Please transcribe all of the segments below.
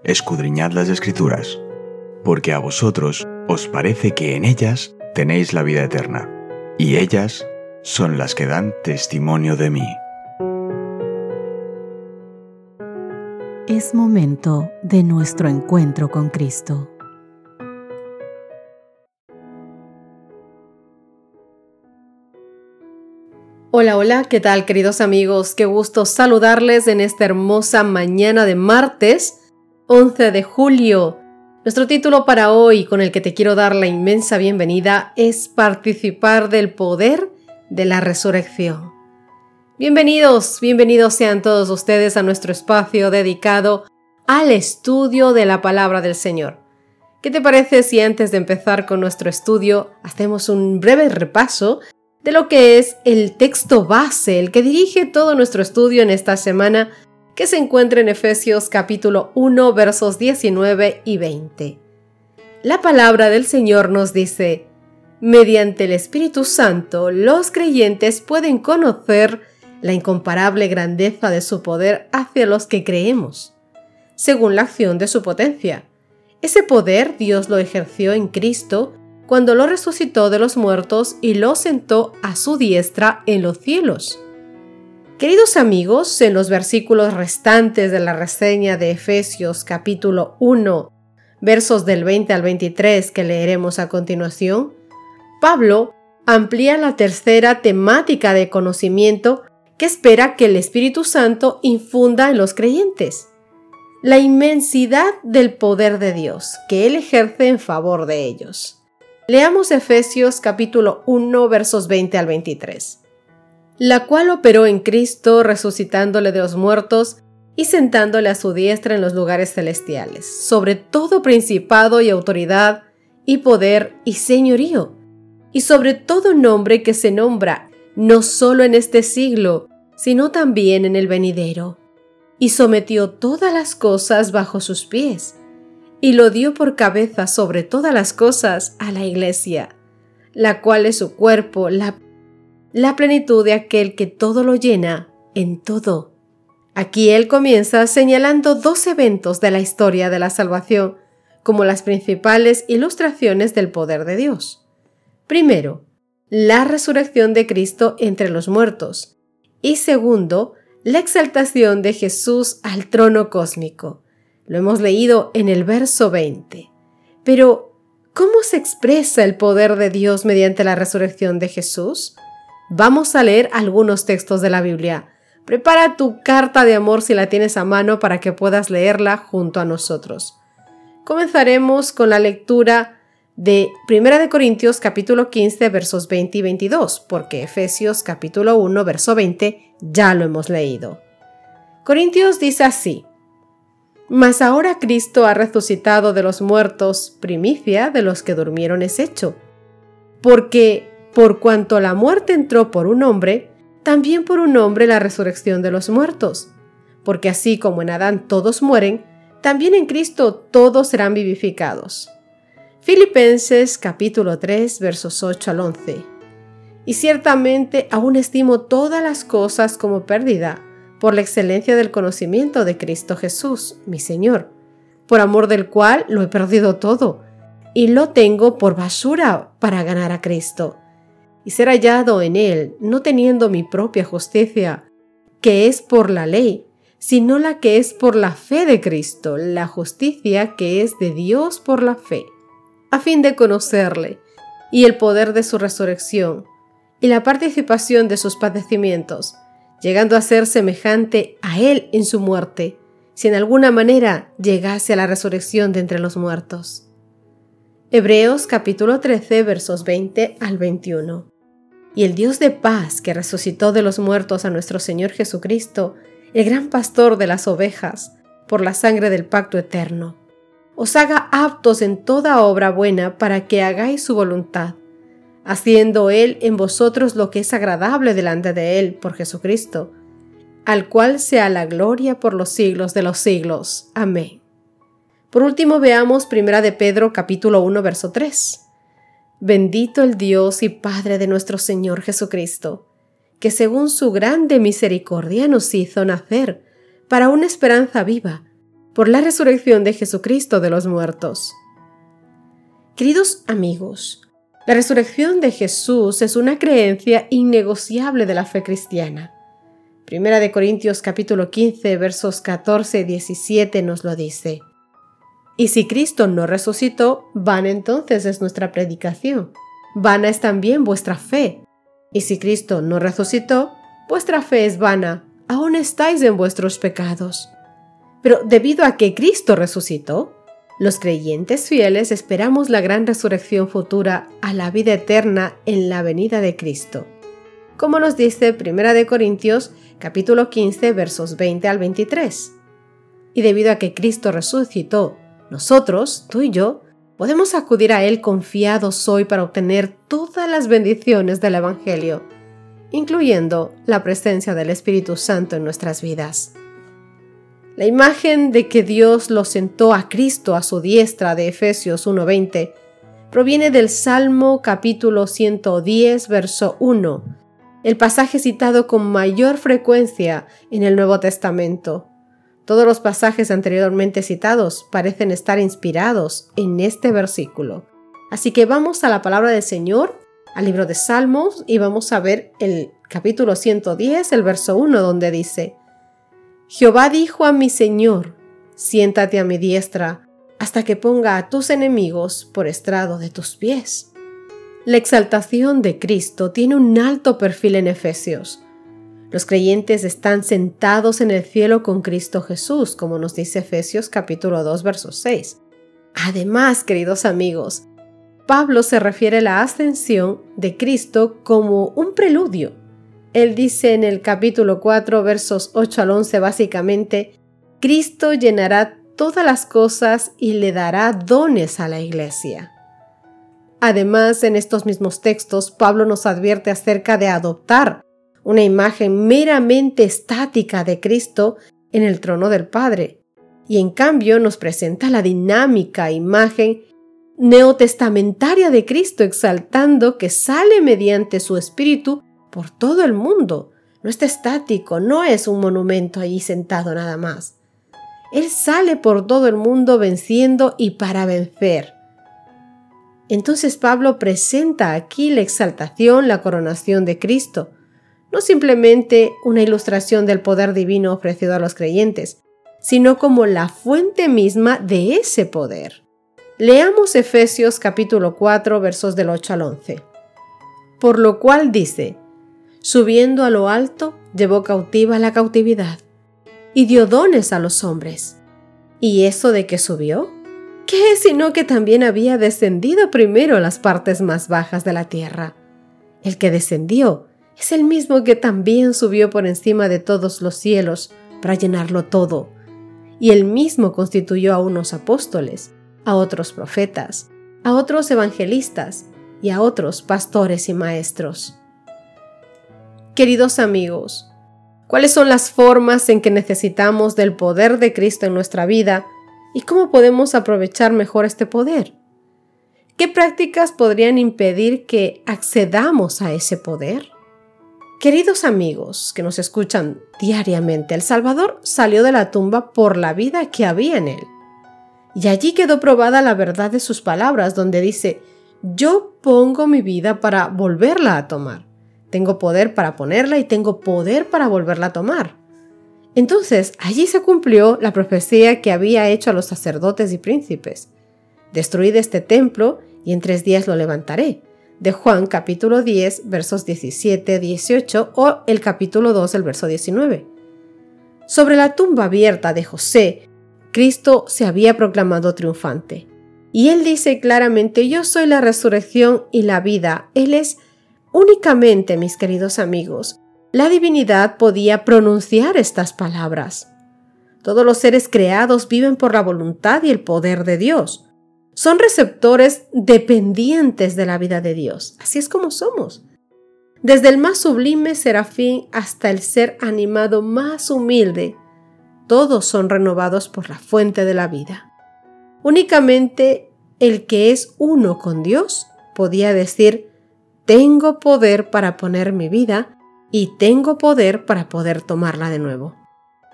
escudriñad las Escrituras, porque a vosotros os parece que en ellas tenéis la vida eterna, y ellas son las que dan testimonio de mí. Es momento de nuestro encuentro con Cristo. Hola, hola, ¿qué tal, queridos amigos? Qué gusto saludarles en esta hermosa mañana de martes, 11 de julio. Nuestro título para hoy, con el que te quiero dar la inmensa bienvenida, es participar del poder de la resurrección. Bienvenidos sean todos ustedes a nuestro espacio dedicado al estudio de la palabra del Señor. ¿Qué te parece si antes de empezar con nuestro estudio hacemos un breve repaso de lo que es el texto base, el que dirige todo nuestro estudio en esta semana, que se encuentra en Efesios capítulo 1, versos 19 y 20. La palabra del Señor nos dice: mediante el Espíritu Santo, los creyentes pueden conocer la incomparable grandeza de su poder hacia los que creemos, según la acción de su potencia. Ese poder Dios lo ejerció en Cristo cuando lo resucitó de los muertos y lo sentó a su diestra en los cielos. Queridos amigos, en los versículos restantes de la reseña de Efesios capítulo 1, versos del 20 al 23 que leeremos a continuación, Pablo amplía la tercera temática de conocimiento que espera que el Espíritu Santo infunda en los creyentes: la inmensidad del poder de Dios que Él ejerce en favor de ellos. Leamos Efesios capítulo 1, versos 20 al 23. La cual operó en Cristo, resucitándole de los muertos y sentándole a su diestra en los lugares celestiales, sobre todo principado y autoridad y poder y señorío, y sobre todo nombre que se nombra, no solo en este siglo, sino también en el venidero. Y sometió todas las cosas bajo sus pies, y lo dio por cabeza sobre todas las cosas a la Iglesia, la cual es su cuerpo, la plenitud de aquel que todo lo llena en todo. Aquí él comienza señalando dos eventos de la historia de la salvación como las principales ilustraciones del poder de Dios. Primero, la resurrección de Cristo entre los muertos, y segundo, la exaltación de Jesús al trono cósmico. Lo hemos leído en el verso 20. Pero, ¿cómo se expresa el poder de Dios mediante la resurrección de Jesús? Vamos a leer algunos textos de la Biblia. Prepara tu carta de amor si la tienes a mano para que puedas leerla junto a nosotros. Comenzaremos con la lectura de 1 de Corintios capítulo 15 versos 20 y 22, porque Efesios capítulo 1 verso 20 ya lo hemos leído. Corintios dice así: mas ahora Cristo ha resucitado de los muertos, primicia de los que durmieron es hecho. Porque por cuanto la muerte entró por un hombre, también por un hombre la resurrección de los muertos. Porque así como en Adán todos mueren, también en Cristo todos serán vivificados. Filipenses capítulo 3 versos 8 al 11. Y ciertamente aún estimo todas las cosas como pérdida, por la excelencia del conocimiento de Cristo Jesús, mi Señor, por amor del cual lo he perdido todo, y lo tengo por basura para ganar a Cristo, y ser hallado en Él, no teniendo mi propia justicia, que es por la ley, sino la que es por la fe de Cristo, la justicia que es de Dios por la fe, a fin de conocerle, y el poder de su resurrección, y la participación de sus padecimientos, llegando a ser semejante a Él en su muerte, si en alguna manera llegase a la resurrección de entre los muertos. Hebreos capítulo 13 versos 20 al 21. Y el Dios de paz que resucitó de los muertos a nuestro Señor Jesucristo, el gran pastor de las ovejas, por la sangre del pacto eterno, os haga aptos en toda obra buena para que hagáis su voluntad, haciendo Él en vosotros lo que es agradable delante de Él por Jesucristo, al cual sea la gloria por los siglos de los siglos. Amén. Por último, veamos 1 de Pedro capítulo 1 verso 3. Bendito el Dios y Padre de nuestro Señor Jesucristo, que según su grande misericordia nos hizo nacer para una esperanza viva, por la resurrección de Jesucristo de los muertos. Queridos amigos, la resurrección de Jesús es una creencia innegociable de la fe cristiana. Primera de Corintios capítulo 15, versos 14 y 17 nos lo dice. Y si Cristo no resucitó, vana entonces es nuestra predicación. Vana es también vuestra fe. Y si Cristo no resucitó, vuestra fe es vana, aún estáis en vuestros pecados. Pero debido a que Cristo resucitó, los creyentes fieles esperamos la gran resurrección futura a la vida eterna en la venida de Cristo. Como nos dice 1 Corintios capítulo 15 versos 20 al 23. Y debido a que Cristo resucitó, nosotros, tú y yo, podemos acudir a Él confiados hoy para obtener todas las bendiciones del Evangelio, incluyendo la presencia del Espíritu Santo en nuestras vidas. La imagen de que Dios lo sentó a Cristo a su diestra de Efesios 1:20 proviene del Salmo capítulo 110, verso 1, el pasaje citado con mayor frecuencia en el Nuevo Testamento. Todos los pasajes anteriormente citados parecen estar inspirados en este versículo. Así que vamos a la palabra del Señor, al libro de Salmos, y vamos a ver el capítulo 110, el verso 1, donde dice: Jehová dijo a mi Señor, siéntate a mi diestra, hasta que ponga a tus enemigos por estrado de tus pies. La exaltación de Cristo tiene un alto perfil en Efesios. Los creyentes están sentados en el cielo con Cristo Jesús, como nos dice Efesios capítulo 2, verso 6. Además, queridos amigos, Pablo se refiere a la ascensión de Cristo como un preludio. Él dice en el capítulo 4, versos 8 al 11, básicamente, Cristo llenará todas las cosas y le dará dones a la iglesia. Además, en estos mismos textos, Pablo nos advierte acerca de adoptar una imagen meramente estática de Cristo en el trono del Padre, y en cambio nos presenta la dinámica imagen neotestamentaria de Cristo, exaltando que sale mediante su Espíritu por todo el mundo. No está estático, no es un monumento allí sentado nada más. Él sale por todo el mundo venciendo y para vencer. Entonces Pablo presenta aquí la exaltación, la coronación de Cristo, no simplemente una ilustración del poder divino ofrecido a los creyentes, sino como la fuente misma de ese poder. Leamos Efesios capítulo 4, versos del 8 al 11. Por lo cual dice: subiendo a lo alto, llevó cautiva la cautividad y dio dones a los hombres. ¿Y eso de que subió? ¿Qué es sino que también había descendido primero a las partes más bajas de la tierra? El que descendió es el mismo que también subió por encima de todos los cielos para llenarlo todo. Y él mismo constituyó a unos apóstoles, a otros profetas, a otros evangelistas y a otros pastores y maestros. Queridos amigos, ¿cuáles son las formas en que necesitamos del poder de Cristo en nuestra vida y cómo podemos aprovechar mejor este poder? ¿Qué prácticas podrían impedir que accedamos a ese poder? Queridos amigos que nos escuchan diariamente, el Salvador salió de la tumba por la vida que había en él. Y allí quedó probada la verdad de sus palabras, donde dice: yo pongo mi vida para volverla a tomar. Tengo poder para ponerla y tengo poder para volverla a tomar. Entonces, allí se cumplió la profecía que había hecho a los sacerdotes y príncipes. Destruid este templo y en 3 días lo levantaré. De Juan capítulo 10, versos 17-18 o el capítulo 2, el verso 19. Sobre la tumba abierta de José, Cristo se había proclamado triunfante. Y él dice claramente: yo soy la resurrección y la vida. Él es únicamente, mis queridos amigos, la divinidad podía pronunciar estas palabras. Todos los seres creados viven por la voluntad y el poder de Dios. Son receptores dependientes de la vida de Dios. Así es como somos. Desde el más sublime serafín hasta el ser animado más humilde, todos son renovados por la fuente de la vida. Únicamente el que es uno con Dios podía decir: tengo poder para poner mi vida y tengo poder para poder tomarla de nuevo.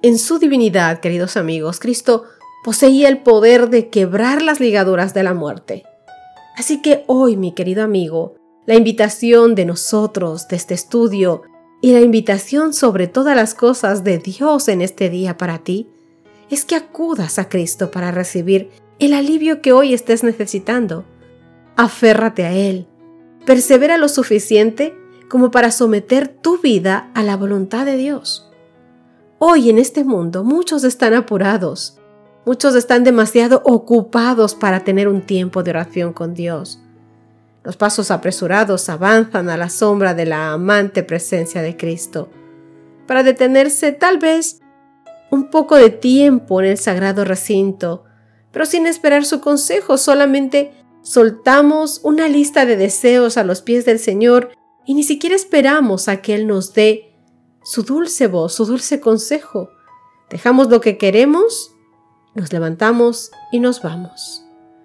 En su divinidad, queridos amigos, Cristo poseía el poder de quebrar las ligaduras de la muerte. Así que hoy, mi querido amigo, la invitación de nosotros, de este estudio, y la invitación sobre todas las cosas de Dios en este día para ti, es que acudas a Cristo para recibir el alivio que hoy estés necesitando. Aférrate a Él. Persevera lo suficiente como para someter tu vida a la voluntad de Dios. Hoy en este mundo muchos están apurados, muchos están demasiado ocupados para tener un tiempo de oración con Dios. Los pasos apresurados avanzan a la sombra de la amante presencia de Cristo, para detenerse tal vez un poco de tiempo en el sagrado recinto, pero sin esperar su consejo, solamente soltamos una lista de deseos a los pies del Señor y ni siquiera esperamos a que Él nos dé su dulce voz, su dulce consejo. Dejamos lo que queremos, nos levantamos y nos vamos.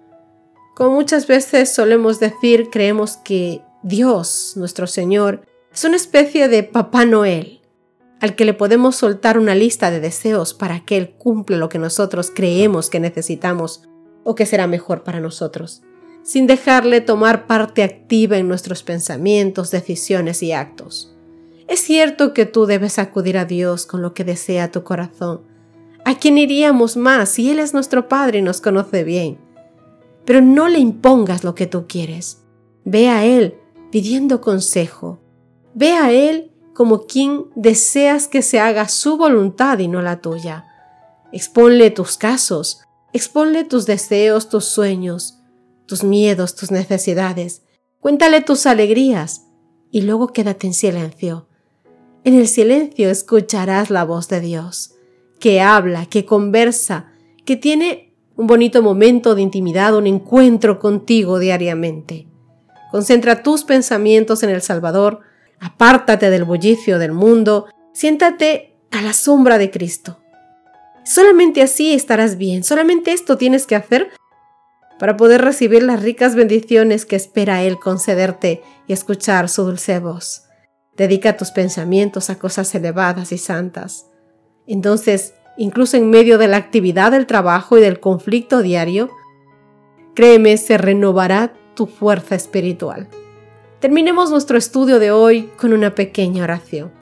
Como muchas veces solemos decir, creemos que Dios, nuestro Señor, es una especie de Papá Noel, al que le podemos soltar una lista de deseos para que Él cumpla lo que nosotros creemos que necesitamos o que será mejor para nosotros, sin dejarle tomar parte activa en nuestros pensamientos, decisiones y actos. Es cierto que tú debes acudir a Dios con lo que desea tu corazón. ¿A quién iríamos más si Él es nuestro Padre y nos conoce bien? Pero no le impongas lo que tú quieres. Ve a Él pidiendo consejo. Ve a Él como quien deseas que se haga su voluntad y no la tuya. Exponle tus casos, exponle tus deseos, tus sueños, tus miedos, tus necesidades. Cuéntale tus alegrías y luego quédate en silencio. En el silencio escucharás la voz de Dios, que habla, que conversa, que tiene un bonito momento de intimidad, un encuentro contigo diariamente. Concentra tus pensamientos en el Salvador, apártate del bullicio del mundo, siéntate a la sombra de Cristo. Solamente así estarás bien, solamente esto tienes que hacer para poder recibir las ricas bendiciones que espera Él concederte y escuchar su dulce voz. Dedica tus pensamientos a cosas elevadas y santas. Entonces, incluso en medio de la actividad del trabajo y del conflicto diario, créeme, se renovará tu fuerza espiritual. Terminemos nuestro estudio de hoy con una pequeña oración.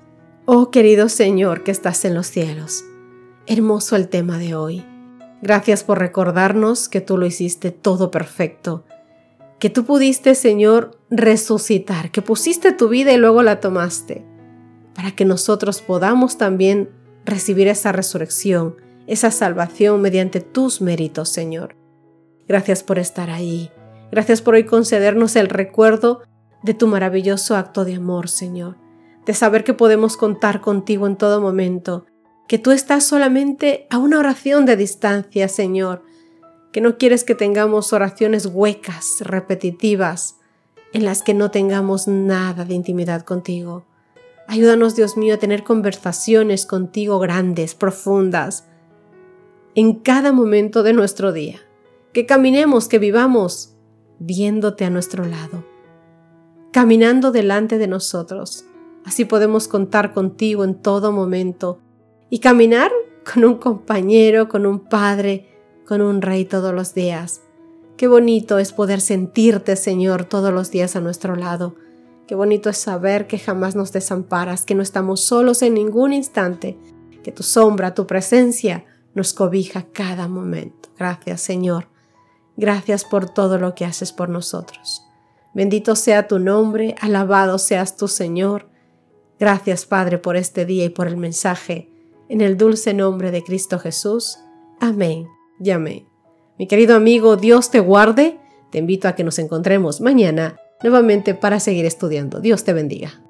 Oh querido Señor que estás en los cielos, hermoso el tema de hoy. Gracias por recordarnos que tú lo hiciste todo perfecto, que tú pudiste, Señor, resucitar, que pusiste tu vida y luego la tomaste, para que nosotros podamos también recibir esa resurrección, esa salvación mediante tus méritos, Señor. Gracias por estar ahí. Gracias por hoy concedernos el recuerdo de tu maravilloso acto de amor, Señor, de saber que podemos contar contigo en todo momento, que tú estás solamente a una oración de distancia, Señor, que no quieres que tengamos oraciones huecas, repetitivas, en las que no tengamos nada de intimidad contigo. Ayúdanos, Dios mío, a tener conversaciones contigo grandes, profundas, en cada momento de nuestro día. Que caminemos, que vivamos viéndote a nuestro lado, caminando delante de nosotros. Así podemos contar contigo en todo momento y caminar con un compañero, con un padre, con un rey todos los días. Qué bonito es poder sentirte, Señor, todos los días a nuestro lado. Qué bonito es saber que jamás nos desamparas, que no estamos solos en ningún instante, que tu sombra, tu presencia nos cobija cada momento. Gracias, Señor. Gracias por todo lo que haces por nosotros. Bendito sea tu nombre, alabado seas tú, Señor. Gracias, Padre, por este día y por el mensaje. En el dulce nombre de Cristo Jesús. Amén y amén. Mi querido amigo, Dios te guarde. Te invito a que nos encontremos mañana nuevamente para seguir estudiando. Dios te bendiga.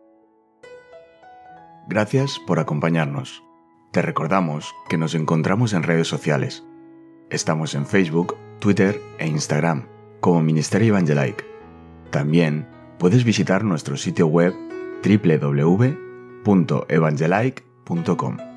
Gracias por acompañarnos. Te recordamos que nos encontramos en redes sociales. Estamos en Facebook, Twitter e Instagram como Ministerio Evangelike. También puedes visitar nuestro sitio web www.evangelike.com.